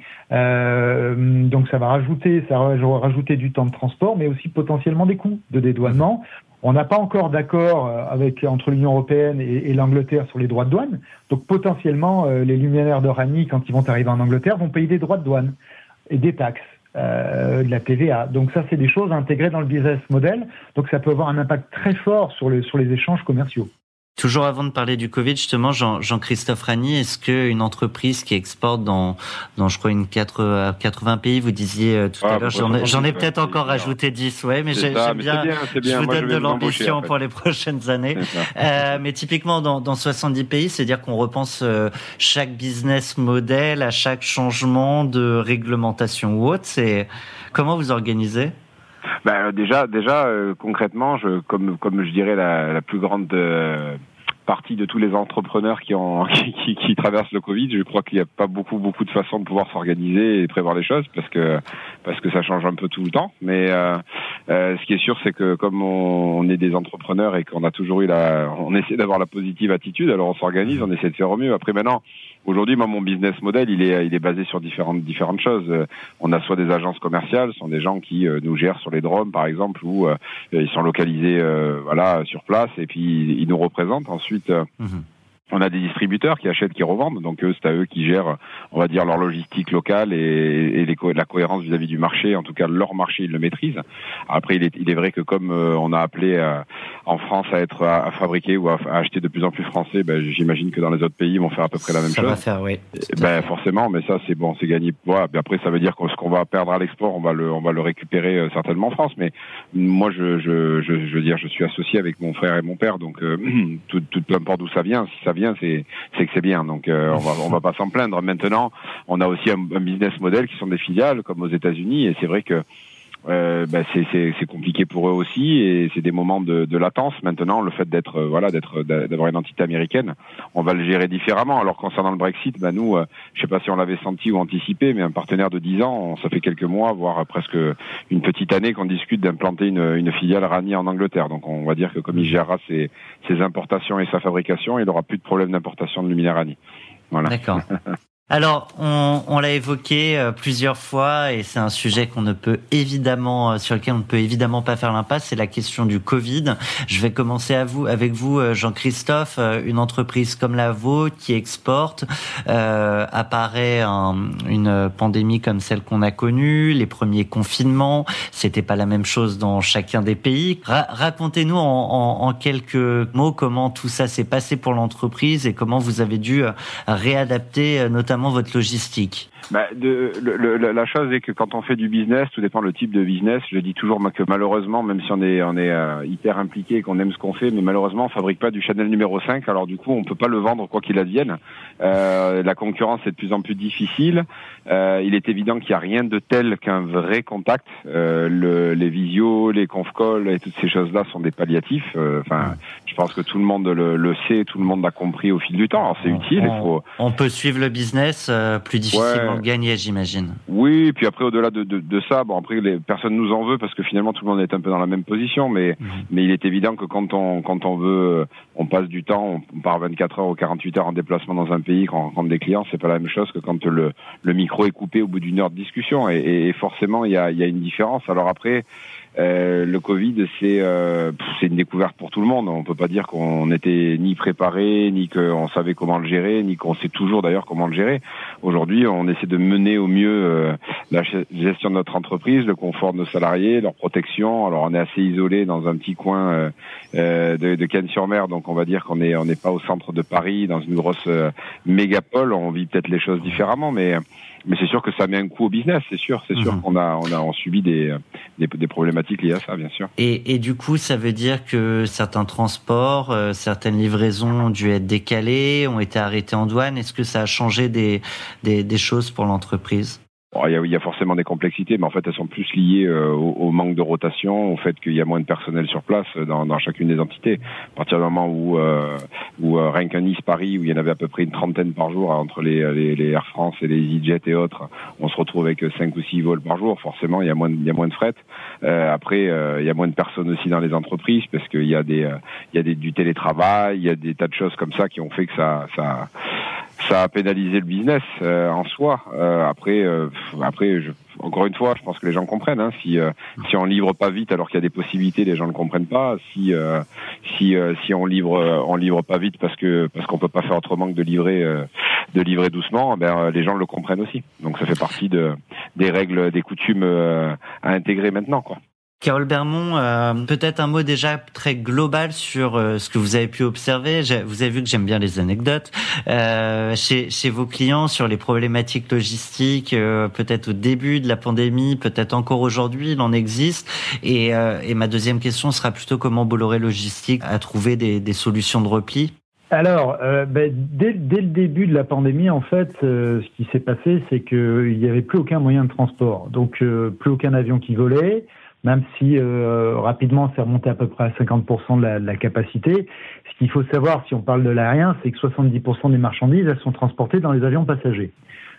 [SPEAKER 3] Euh, donc, ça va rajouter, ça va rajouter du temps de transport, mais aussi potentiellement des coûts de dédouanement. On n'a pas encore d'accord avec entre l'Union européenne et, et l'Angleterre sur les droits de douane. Donc, potentiellement, euh, les luminaires de Rani, quand ils vont arriver en Angleterre, vont payer des droits de douane et des taxes. Euh, de la T V A. Donc ça, c'est des choses intégrées dans le business model. Donc ça peut avoir un impact très fort sur, le, sur les échanges commerciaux.
[SPEAKER 2] Toujours avant de parler du Covid, justement, Jean, Jean-Christophe Rani, est-ce qu'une entreprise qui exporte dans, dans je crois, une quatre, quatre-vingts pays, vous disiez euh, tout
[SPEAKER 6] ah,
[SPEAKER 2] à l'heure, j'en, j'en ai peut-être encore rajouté dix, ouais, mais j'ai,
[SPEAKER 6] ça,
[SPEAKER 2] j'aime
[SPEAKER 6] mais
[SPEAKER 2] bien,
[SPEAKER 6] c'est bien, c'est bien.
[SPEAKER 2] je vous
[SPEAKER 6] Moi,
[SPEAKER 2] donne
[SPEAKER 6] je
[SPEAKER 2] de l'ambition en fait. Pour les prochaines années. Euh, mais typiquement, dans, dans soixante-dix pays, c'est-à-dire qu'on repense euh, chaque business model à chaque changement de réglementation ou autre. C'est, comment vous organisez ?
[SPEAKER 6] Ben, déjà, déjà euh, concrètement, je, comme, comme je dirais la, la plus grande euh, partie de tous les entrepreneurs qui, ont, qui, qui, qui traversent le Covid, je crois qu'il n'y a pas beaucoup, beaucoup de façons de pouvoir s'organiser et prévoir les choses parce que, parce que ça change un peu tout le temps. Mais euh, euh, ce qui est sûr, c'est que comme on, on est des entrepreneurs et qu'on a toujours eu la, on essaie d'avoir la positive attitude, alors on s'organise, on essaie de faire au mieux. Après, maintenant, Aujourd'hui, moi, mon business model, il est, il est basé sur différentes, différentes choses. Euh, on a soit des agences commerciales, ce sont des gens qui euh, nous gèrent sur les drones, par exemple, où euh, ils sont localisés, euh, voilà, sur place, et puis ils, ils nous représentent. Ensuite, euh, mmh. on a des distributeurs qui achètent, qui revendent. Donc eux, c'est à eux qui gèrent, on va dire, leur logistique locale et, et les co- la cohérence vis-à-vis du marché. En tout cas, leur marché, ils le maîtrisent. Après, il est, il est vrai que comme euh, on a appelé euh, en France à être à, à fabriquer ou à, à acheter de plus en plus français, ben, j'imagine que dans les autres pays, ils vont faire à peu près la même
[SPEAKER 2] ça
[SPEAKER 6] chose.
[SPEAKER 2] Ça va faire, oui.
[SPEAKER 6] Ben forcément, mais ça c'est bon, c'est gagné. Voilà. Puis après, ça veut dire que ce qu'on va perdre à l'export, on va le, on va le récupérer euh, certainement en France. Mais moi, je, je, je, je veux dire, je suis associé avec mon frère et mon père, donc euh, tout, tout peu importe d'où ça vient, si ça vient, c'est c'est que c'est bien, donc euh, on va on va pas s'en plaindre. Maintenant, on a aussi un, un business model qui sont des filiales comme aux États-Unis, et c'est vrai que euh, ben c'est c'est c'est compliqué pour eux aussi, et c'est des moments de, de latence. Maintenant, le fait d'être euh, voilà d'être d'avoir une entité américaine, on va le gérer différemment. Alors concernant le Brexit, ben nous, euh, je sais pas si on l'avait senti ou anticipé, mais un partenaire de dix ans, ça fait quelques mois, voire presque une petite année qu'on discute d'implanter une, une filiale Rani en Angleterre. Donc on va dire que comme il gérera ses, ses importations et sa fabrication, il aura plus de problème d'importation de luminaires Rani. Voilà.
[SPEAKER 2] D'accord. Alors, on, on l'a évoqué euh, plusieurs fois, et c'est un sujet qu'on ne peut évidemment, euh, sur lequel on ne peut évidemment pas faire l'impasse, c'est la question du Covid. Je vais commencer à vous, avec vous, euh, Jean-Christophe. Euh, une entreprise comme la vôtre qui exporte, euh, apparaît un, une pandémie comme celle qu'on a connue, les premiers confinements, c'était pas la même chose dans chacun des pays. Ra- racontez-nous en, en, en quelques mots comment tout ça s'est passé pour l'entreprise et comment vous avez dû euh, réadapter euh, notamment votre logistique.
[SPEAKER 6] Bah, de, le, le, la chose est que quand on fait du business, tout dépend le type de business. Je dis toujours que malheureusement, même si on est on est euh, hyper impliqué, qu'on aime ce qu'on fait, mais malheureusement on fabrique pas du Chanel numéro cinq. Alors du coup, on peut pas le vendre quoi qu'il advienne. Euh, la concurrence est de plus en plus difficile. Euh, il est évident qu'il y a rien de tel qu'un vrai contact. Euh, le, les visios, les conf calls et toutes ces choses-là sont des palliatifs. Enfin, euh, je pense que tout le monde le, le sait, tout le monde l'a compris au fil du temps. Alors c'est
[SPEAKER 2] on,
[SPEAKER 6] utile.
[SPEAKER 2] On,
[SPEAKER 6] il faut.
[SPEAKER 2] On peut suivre le business euh, plus difficilement. Ouais. Gagner, j'imagine.
[SPEAKER 6] Oui, puis après au-delà de, de, de ça, bon après les personnes nous en veut parce que finalement tout le monde est un peu dans la même position, mais mmh. mais il est évident que quand on quand on veut, on passe du temps, on part vingt-quatre heures ou quarante-huit heures en déplacement dans un pays, quand on rencontre des clients, c'est pas la même chose que quand le le micro est coupé au bout d'une heure de discussion, et, et forcément il y a il y a une différence. Alors après. Euh, le Covid, c'est euh, c'est une découverte pour tout le monde. On peut pas dire qu'on n'était ni préparé, ni qu'on savait comment le gérer, ni qu'on sait toujours d'ailleurs comment le gérer. Aujourd'hui, on essaie de mener au mieux euh, la gestion de notre entreprise, le confort de nos salariés, leur protection. Alors, on est assez isolé dans un petit coin euh, euh, de, de Cannes-sur-Mer, donc on va dire qu'on est on n'est pas au centre de Paris, dans une grosse euh, mégapole. On vit peut-être les choses différemment, mais mais c'est sûr que ça met un coup au business, c'est sûr, c'est sûr mmh. qu'on a on a on subit des, des des problématiques liées à ça, bien sûr.
[SPEAKER 2] Et et du coup, ça veut dire que certains transports, euh, certaines livraisons ont dû être décalées, ont été arrêtées en douane. Est-ce que ça a changé des des, des choses pour l'entreprise?
[SPEAKER 6] Il y, a, il y a forcément des complexités, mais en fait, elles sont plus liées euh, au, au manque de rotation, au fait qu'il y a moins de personnel sur place dans, dans chacune des entités. À partir du moment où, euh, où euh, rien qu'un Nice-Paris, où il y en avait à peu près une trentaine par jour entre les, les, les Air France et les EasyJet et autres, on se retrouve avec cinq ou six vols par jour. Forcément, il y a moins de, il y a moins de fret. Euh, après, euh, il y a moins de personnes aussi dans les entreprises parce qu'il y a des, euh, il y a des, du télétravail, il y a des tas de choses comme ça qui ont fait que ça, ça, ça a pénalisé le business euh, en soi. Euh, après, euh, après, je, encore une fois, je pense que les gens comprennent. Hein, si euh, si on livre pas vite, alors qu'il y a des possibilités, les gens ne comprennent pas. Si euh, si euh, si on livre euh, on livre pas vite parce que parce qu'on peut pas faire autrement que de livrer euh, de livrer doucement, ben les gens le comprennent aussi. Donc ça fait partie de des règles, des coutumes euh, à intégrer maintenant, quoi.
[SPEAKER 2] Carole Bermond, euh, peut-être un mot déjà très global sur euh, ce que vous avez pu observer. J'ai, vous avez vu que j'aime bien les anecdotes euh, chez, chez vos clients sur les problématiques logistiques, euh, peut-être au début de la pandémie, peut-être encore aujourd'hui, il en existe. Et, euh, et ma deuxième question sera plutôt comment Bolloré Logistique a trouvé des, des solutions de repli.
[SPEAKER 3] Alors, euh, ben, dès, dès le début de la pandémie, en fait, euh, ce qui s'est passé, c'est qu'il n'y avait plus aucun moyen de transport. Donc, euh, plus aucun avion qui volait. Même si euh, rapidement c'est remonté à peu près à cinquante pour cent de la, de la capacité. Ce qu'il faut savoir, si on parle de l'aérien, c'est que soixante-dix pour cent des marchandises, elles sont transportées dans les avions passagers.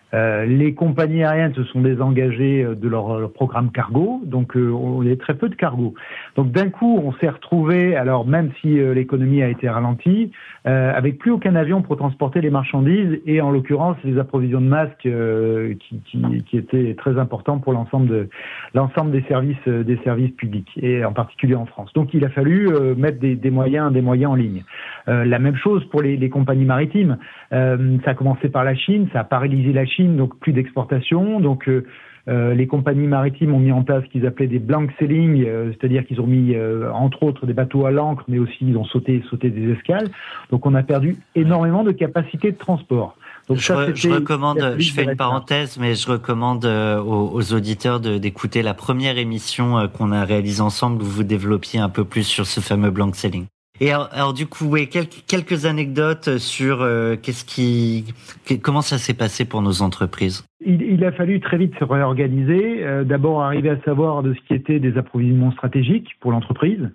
[SPEAKER 3] Euh, les compagnies aériennes se sont désengagées de leur, leur programme cargo, donc euh, on y a très peu de cargo. Donc d'un coup, on s'est retrouvé, alors même si euh, l'économie a été ralentie, euh, avec plus aucun avion pour transporter les marchandises et en l'occurrence les approvisions de masques euh, qui, qui, qui étaient très importants pour l'ensemble de l'ensemble des services euh, des services publics et en particulier en France. Donc il a fallu euh, mettre des, des moyens des moyens en ligne. Euh, la même chose pour les, les compagnies maritimes. Euh, ça a commencé par la Chine, ça a paralysé la Chine, donc plus d'exportation. Donc euh, euh, les compagnies maritimes ont mis en place ce qu'ils appelaient des blank sailing, euh, c'est-à-dire qu'ils ont mis euh, entre autres des bateaux à l'ancre, mais aussi ils ont sauté sauté des escales. Donc on a perdu énormément de capacité de transport. Donc
[SPEAKER 2] je,
[SPEAKER 3] ça,
[SPEAKER 2] je recommande, je fais une parenthèse, mais je recommande euh, aux, aux auditeurs de, d'écouter la première émission euh, qu'on a réalisée ensemble où vous développiez un peu plus sur ce fameux blank sailing. Et alors, alors du coup, oui, quelques, quelques anecdotes sur euh, qu'est-ce qui, comment ça s'est passé pour nos entreprises.
[SPEAKER 3] Il, il a fallu très vite se réorganiser. Euh, d'abord, arriver à savoir de ce qui était des approvisionnements stratégiques pour l'entreprise,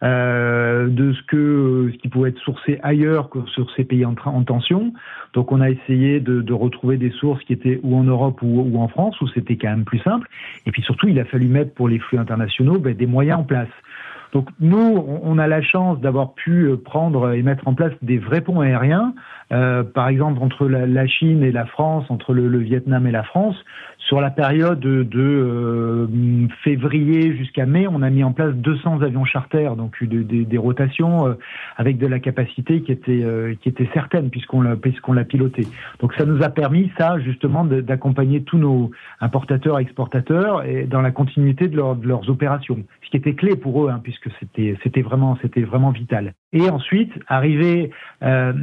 [SPEAKER 3] euh, de ce que ce qui pouvait être sourcé ailleurs que sur ces pays en, en tension. Donc, on a essayé de, de retrouver des sources qui étaient ou en Europe ou, ou en France, où c'était quand même plus simple. Et puis surtout, il a fallu mettre pour les flux internationaux ben, des moyens en place. Donc nous, on a la chance d'avoir pu prendre et mettre en place des vrais ponts aériens, euh, par exemple entre la, la Chine et la France, entre le, le Vietnam et la France. Sur la période de, de euh, février jusqu'à mai, on a mis en place deux cents avions charters, donc de, de, des rotations euh, avec de la capacité qui était euh, qui était certaine puisqu'on l'a puisqu'on l'a piloté. Donc ça nous a permis ça justement de, d'accompagner tous nos importateurs et exportateurs et dans la continuité de, leur, de leurs opérations, ce qui était clé pour eux hein, puisque c'était c'était vraiment c'était vraiment vital. Et ensuite arriver euh,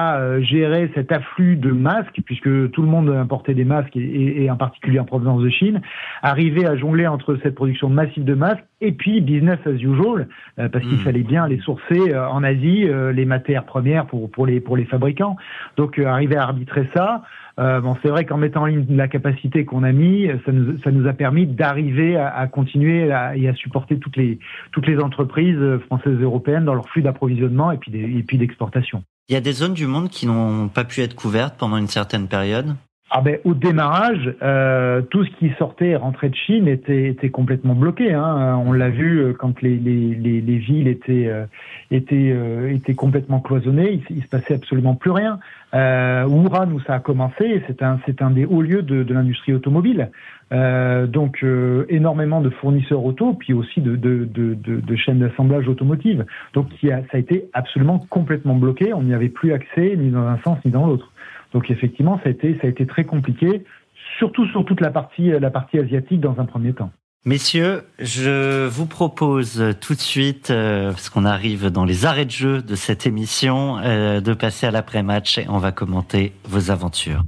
[SPEAKER 3] à gérer cet afflux de masques puisque tout le monde importait des masques et, et, et en particulier en provenance de Chine, arriver à jongler entre cette production massive de masques et puis business as usual, euh, parce mmh. qu'il fallait bien les sourcer euh, en Asie, euh, les matières premières pour pour les pour les fabricants. Donc euh, arriver à arbitrer ça, euh, bon c'est vrai qu'en mettant en ligne la capacité qu'on a mis, ça nous ça nous a permis d'arriver à, à continuer à, et à supporter toutes les toutes les entreprises françaises et européennes dans leur flux d'approvisionnement et puis des, et puis d'exportation.
[SPEAKER 2] Il y a des zones du monde qui n'ont pas pu être couvertes pendant une certaine période.
[SPEAKER 3] Ah ben au démarrage, euh, tout ce qui sortait et rentrait de Chine était, était complètement bloqué. Hein. On l'a vu quand les, les, les, les villes étaient, euh, étaient, euh, étaient complètement cloisonnées. Il, il se passait absolument plus rien. Euh, Wuhan où ça a commencé, c'est un, c'est un des hauts lieux de, de l'industrie automobile. Euh, donc euh, énormément de fournisseurs auto, puis aussi de, de, de, de, de chaînes d'assemblage automotive. Donc qui a, ça a été absolument complètement bloqué. On n'y avait plus accès ni dans un sens ni dans l'autre. Donc effectivement, ça a été, ça a été très compliqué, surtout sur toute la partie, la partie asiatique dans un premier temps.
[SPEAKER 2] Messieurs, je vous propose tout de suite, euh, parce qu'on arrive dans les arrêts de jeu de cette émission, euh, de passer à l'après-match et on va commenter vos aventures.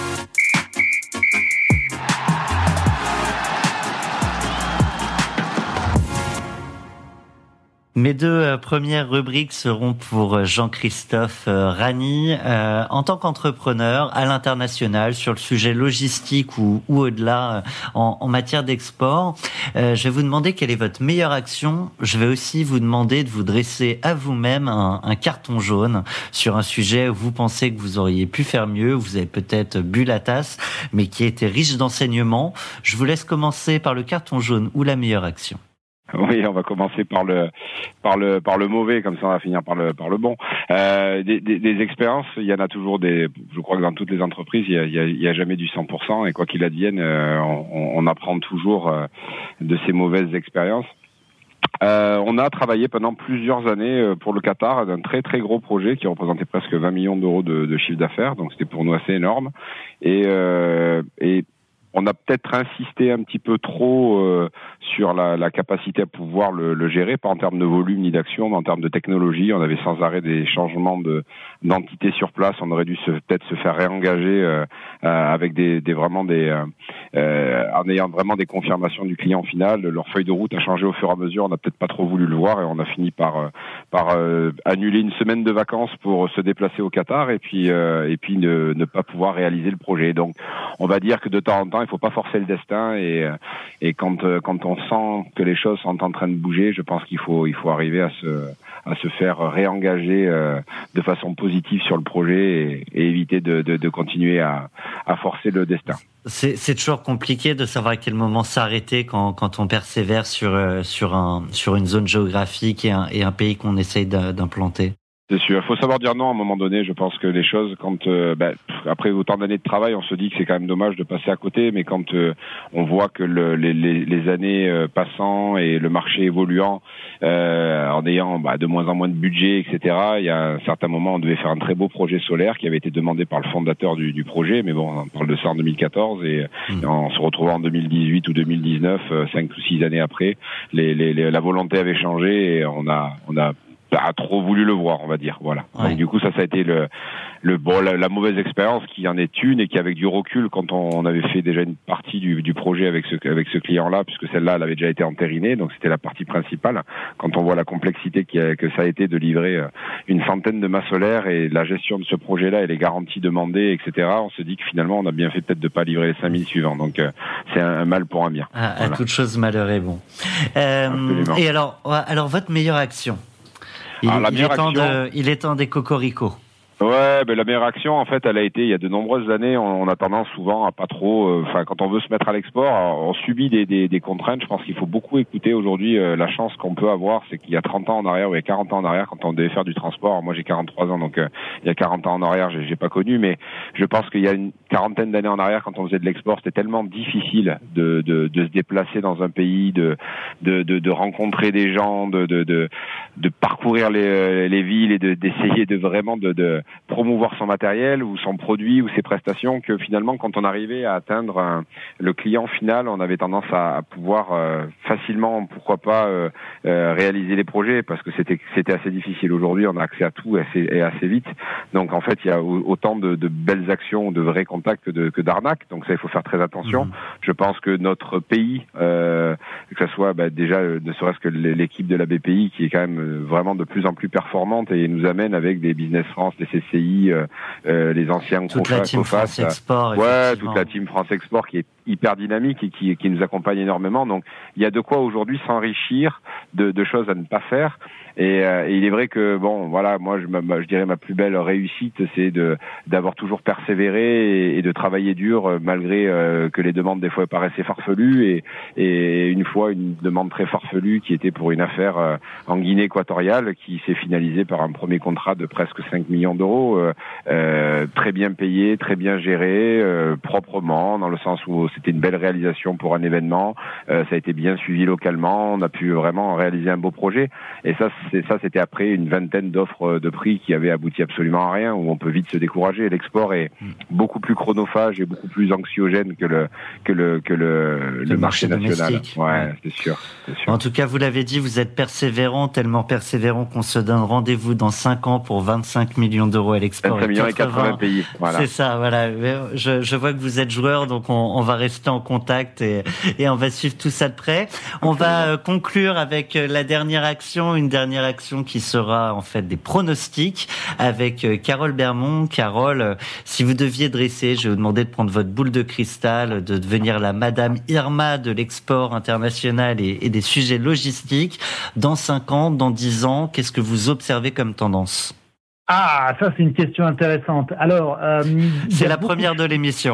[SPEAKER 2] Mes deux euh, premières rubriques seront pour Jean-Christophe euh, Rani. Euh, en tant qu'entrepreneur à l'international sur le sujet logistique ou, ou au-delà euh, en, en matière d'export, euh, je vais vous demander quelle est votre meilleure action. Je vais aussi vous demander de vous dresser à vous-même un, un carton jaune sur un sujet où vous pensez que vous auriez pu faire mieux, vous avez peut-être bu la tasse, mais qui était riche d'enseignements. Je vous laisse commencer par le carton jaune ou la meilleure action.
[SPEAKER 6] Oui, on va commencer par le par le par le mauvais, comme ça on va finir par le par le bon. Euh, des, des, des expériences, il y en a toujours des. Je crois que dans toutes les entreprises, il y a, il y a, il y a jamais du cent pour cent et quoi qu'il advienne, euh, on, on apprend toujours euh, de ces mauvaises expériences. Euh, on a travaillé pendant plusieurs années pour le Qatar d'un très très gros projet qui représentait presque vingt millions d'euros de, de chiffre d'affaires, donc c'était pour nous assez énorme et euh, et on a peut-être insisté un petit peu trop euh, sur la, la capacité à pouvoir le, le gérer, pas en termes de volume ni d'action, mais en termes de technologie. On avait sans arrêt des changements de d'entités sur place. On aurait dû se, peut-être se faire réengager euh, euh, avec des, des vraiment des euh, euh, en ayant vraiment des confirmations du client final. Leur feuille de route a changé au fur et à mesure. On n'a peut-être pas trop voulu le voir et on a fini par euh, par euh, annuler une semaine de vacances pour se déplacer au Qatar et puis euh, et puis ne, ne pas pouvoir réaliser le projet. Donc, on va dire que de temps en temps, il faut pas forcer le destin et et quand quand on sent que les choses sont en train de bouger, je pense qu'il faut il faut arriver à se à se faire réengager euh, de façon positive sur le projet et, et éviter de, de, de continuer à, à forcer le destin.
[SPEAKER 2] C'est, c'est toujours compliqué de savoir à quel moment s'arrêter quand, quand on persévère sur, euh, sur, un, sur une zone géographique et un, et un pays qu'on essaye d'implanter.
[SPEAKER 6] C'est sûr, il faut savoir dire non à un moment donné. Je pense que les choses, quand euh, bah, après autant d'années de travail, on se dit que c'est quand même dommage de passer à côté, mais quand euh, on voit que le, les, les, les années euh, passant et le marché évoluant, euh, en ayant bah, de moins en moins de budget, et cetera, il y a un certain moment, on devait faire un très beau projet solaire qui avait été demandé par le fondateur du, du projet, mais bon, on parle de ça en deux mille quatorze et, mmh. et en se retrouvant en deux mille dix-huit ou deux mille dix-neuf, euh, cinq ou six années après, les, les, les, la volonté avait changé et on a, on a a trop voulu le voir, on va dire. Voilà. Ouais. Donc du coup, ça, ça a été le, le bon, la, la mauvaise expérience qui en est une et qui, avec du recul, quand on, on avait fait déjà une partie du, du projet avec ce, avec ce client-là, puisque celle-là, elle avait déjà été entérinée, donc c'était la partie principale. Quand on voit la complexité qui a, que ça a été de livrer une centaine de mâts solaires et la gestion de ce projet-là et les garanties demandées, et cetera, on se dit que finalement, on a bien fait peut-être de pas livrer les cinq mille suivants. Donc euh, c'est un, un mal pour un bien.
[SPEAKER 2] À, voilà. À toute chose malheur est bon. Euh, et alors, alors votre meilleure action? Il, ah, la il, est temps de, il est temps des cocoricots.
[SPEAKER 6] Ouais, ben la meilleure action, en fait, elle a été il y a de nombreuses années. On, on a tendance souvent à pas trop. Enfin, euh, quand on veut se mettre à l'export, on subit des, des, des contraintes. Je pense qu'il faut beaucoup écouter aujourd'hui. Euh, la chance qu'on peut avoir, c'est qu'il y a trente ans en arrière ou il y a quarante ans en arrière, quand on devait faire du transport. Alors moi, j'ai quarante-trois ans, donc euh, il y a quarante ans en arrière, j'ai, j'ai pas connu, mais je pense qu'il y a une quarantaine d'années en arrière, quand on faisait de l'export, c'était tellement difficile de, de, de se déplacer dans un pays, de, de, de, de rencontrer des gens, de, de, de, de parcourir les, les villes et de, d'essayer de vraiment de, de promouvoir son matériel ou son produit ou ses prestations, que finalement, quand on arrivait à atteindre un, le client final, on avait tendance à, à pouvoir euh, facilement, pourquoi pas, euh, euh, réaliser les projets, parce que c'était c'était assez difficile. Aujourd'hui, on a accès à tout assez, et assez vite. Donc, en fait, il y a autant de, de belles actions, de vrais contacts que, de, que d'arnaques. Donc, ça, il faut faire très attention. Mmh. Je pense que notre pays, euh, que ce soit bah, déjà, ne serait-ce que l'équipe de la B P I, qui est quand même vraiment de plus en plus performante et nous amène avec des Business France, des C C I, Euh, euh, les anciens
[SPEAKER 2] toute la team France Export,
[SPEAKER 6] ouais, toute la team France Export qui est hyper dynamique et qui, qui nous accompagne énormément. Donc, il y a de quoi aujourd'hui s'enrichir de, de choses à ne pas faire. Et, euh, et il est vrai que bon, voilà, moi je, ma, je dirais ma plus belle réussite, c'est de d'avoir toujours persévéré et, et de travailler dur malgré euh, que les demandes des fois paraissaient farfelues. Et, et une fois une demande très farfelue qui était pour une affaire euh, en Guinée équatoriale qui s'est finalisée par un premier contrat de presque cinq millions d'euros, euh, euh, très bien payé, très bien géré, euh, proprement, dans le sens où c'était une belle réalisation pour un événement. Euh, ça a été bien suivi localement. On a pu vraiment réaliser un beau projet. Et ça, c'est ça, c'était après une vingtaine d'offres de prix qui avaient abouti absolument à rien, où on peut vite se décourager. L'export est beaucoup plus chronophage et beaucoup plus anxiogène que le que le que le, le, le marché, marché national. Ouais, ouais. C'est sûr, c'est sûr.
[SPEAKER 2] En tout cas, vous l'avez dit, vous êtes persévérant, tellement persévérant qu'on se donne rendez-vous dans cinq ans pour vingt-cinq millions d'euros à l'export.
[SPEAKER 6] vingt-cinq millions et quatre-vingts pays. Voilà.
[SPEAKER 2] C'est ça, voilà. Je, je vois que vous êtes joueur, donc on, on va rester en contact et, et on va suivre tout ça de près. On va conclure avec la dernière action, une dernière action qui sera en fait des pronostics avec Carole Bermond. Carole, si vous deviez dresser, je vais vous demander de prendre votre boule de cristal, de devenir la Madame Irma de l'export international et, et des sujets logistiques. Dans cinq ans, dans dix ans, qu'est-ce que vous observez comme tendance ?
[SPEAKER 3] Ah, ça c'est une question intéressante. Alors, euh,
[SPEAKER 2] c'est la première de l'émission.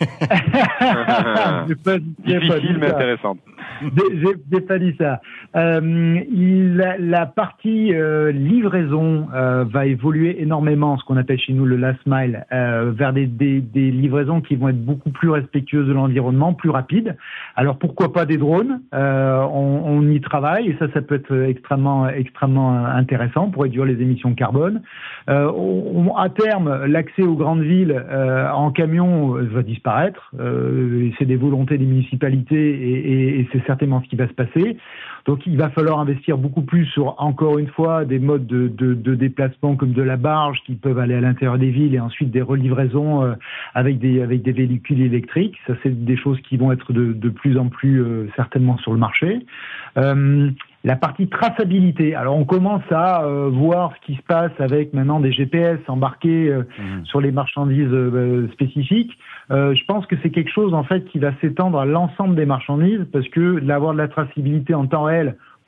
[SPEAKER 6] pas, Difficile mais intéressante.
[SPEAKER 3] J'ai, j'ai pas dit ça. Euh, la, la partie euh, livraison euh, va évoluer énormément, ce qu'on appelle chez nous le last mile, euh, vers des, des, des livraisons qui vont être beaucoup plus respectueuses de l'environnement, plus rapides. Alors pourquoi pas des drones ? euh, on, on y travaille et ça, ça peut être extrêmement, extrêmement intéressant pour réduire les émissions carbone. Euh, on, à terme, l'accès aux grandes villes euh, en camion va disparaître. Euh, c'est des volontés des municipalités et, et, et c'est certainement ce qui va se passer. Donc il va falloir investir beaucoup plus sur, encore une fois, des modes de, de, de déplacement comme de la barge qui peuvent aller à l'intérieur des villes et ensuite des relivraisons euh, avec des avec des véhicules électriques. Ça, c'est des choses qui vont être de, de plus en plus euh, certainement sur le marché. Euh, La partie traçabilité. Alors, on commence à euh, voir ce qui se passe avec maintenant des G P S embarqués euh, mmh. sur les marchandises euh, spécifiques. Euh, je pense que c'est quelque chose en fait qui va s'étendre à l'ensemble des marchandises parce que d'avoir de la traçabilité en temps réel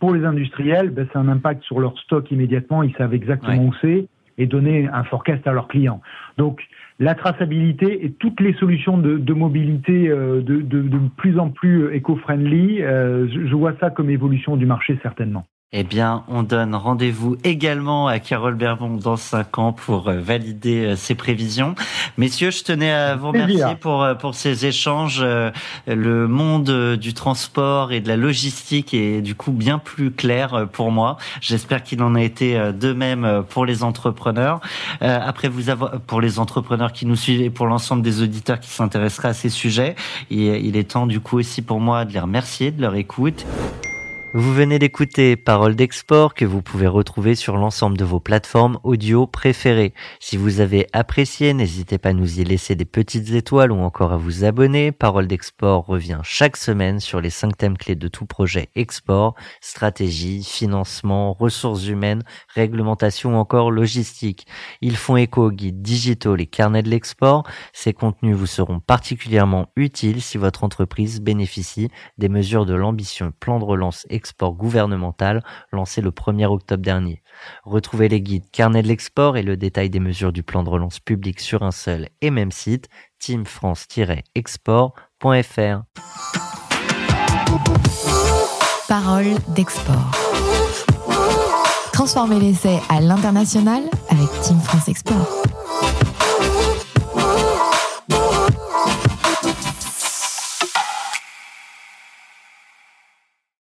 [SPEAKER 3] Pour les industriels, ben, c'est un impact sur leur stock immédiatement. Ils savent exactement ouais. où c'est et donner un forecast à leurs clients. Donc, la traçabilité et toutes les solutions de, de mobilité euh, de, de, de plus en plus éco-friendly, euh, je, je vois ça comme évolution du marché certainement.
[SPEAKER 2] Eh bien, on donne rendez-vous également à Carole Berbon dans cinq ans pour valider ses prévisions. Messieurs, je tenais à vous remercier pour, pour ces échanges. Le monde du transport et de la logistique est du coup bien plus clair pour moi. J'espère qu'il en a été de même pour les entrepreneurs. Après vous avoir, pour les entrepreneurs qui nous suivent et pour l'ensemble des auditeurs qui s'intéresseraient à ces sujets, il est temps du coup aussi pour moi de les remercier de leur écoute. Vous venez d'écouter Parole d'Export que vous pouvez retrouver sur l'ensemble de vos plateformes audio préférées. Si vous avez apprécié, n'hésitez pas à nous y laisser des petites étoiles ou encore à vous abonner. Parole d'Export revient chaque semaine sur les cinq thèmes clés de tout projet export, stratégie, financement, ressources humaines, réglementation ou encore logistique. Ils font écho aux guides digitaux, les carnets de l'export. Ces contenus vous seront particulièrement utiles si votre entreprise bénéficie des mesures de l'ambitieux plan de relance export gouvernemental lancé le premier octobre dernier. Retrouvez les guides Carnet de l'export et le détail des mesures du plan de relance public sur un seul et même site, team france tiret export point f r.
[SPEAKER 1] Parole d'export. Transformez l'essai à l'international avec Team France Export.